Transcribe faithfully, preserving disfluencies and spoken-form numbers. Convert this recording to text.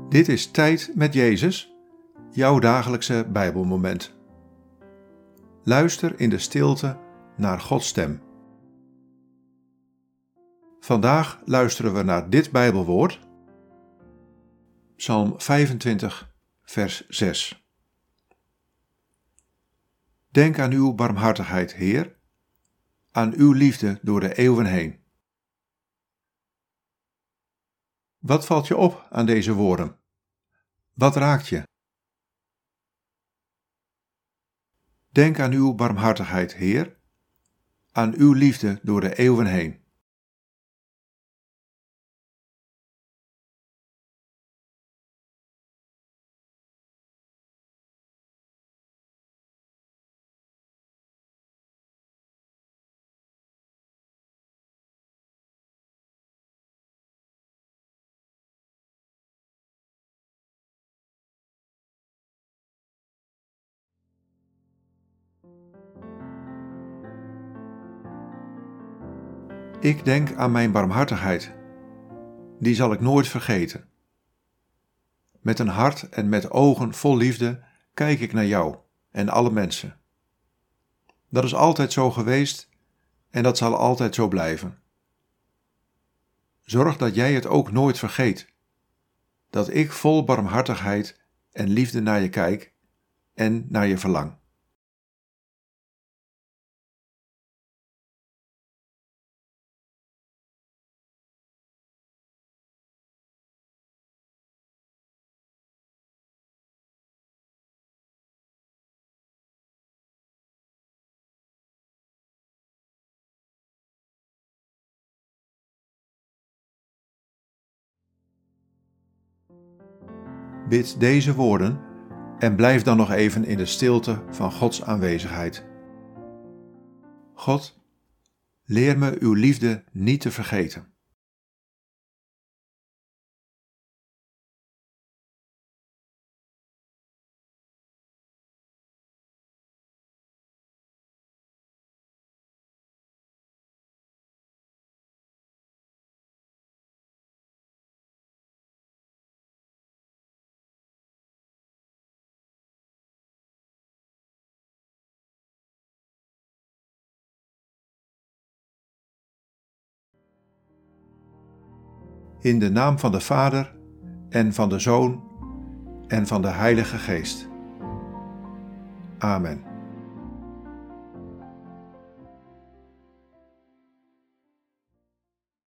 Dit is Tijd met Jezus, jouw dagelijkse Bijbelmoment. Luister in de stilte naar Gods stem. Vandaag luisteren we naar dit Bijbelwoord, Psalm vijfentwintig, vers zes. Denk aan uw barmhartigheid, Heer, aan uw liefde door de eeuwen heen. Wat valt je op aan deze woorden? Wat raakt je? Denk aan uw barmhartigheid, Heer, aan uw liefde door de eeuwen heen. Ik denk aan mijn barmhartigheid. Die zal ik nooit vergeten. Met een hart en met ogen vol liefde kijk ik naar jou en alle mensen. Dat is altijd zo geweest en dat zal altijd zo blijven. Zorg dat jij het ook nooit vergeet. Dat ik vol barmhartigheid en liefde naar je kijk en naar je verlang. Bid deze woorden en blijf dan nog even in de stilte van Gods aanwezigheid. God, leer me uw liefde niet te vergeten. In de naam van de Vader en van de Zoon en van de Heilige Geest. Amen.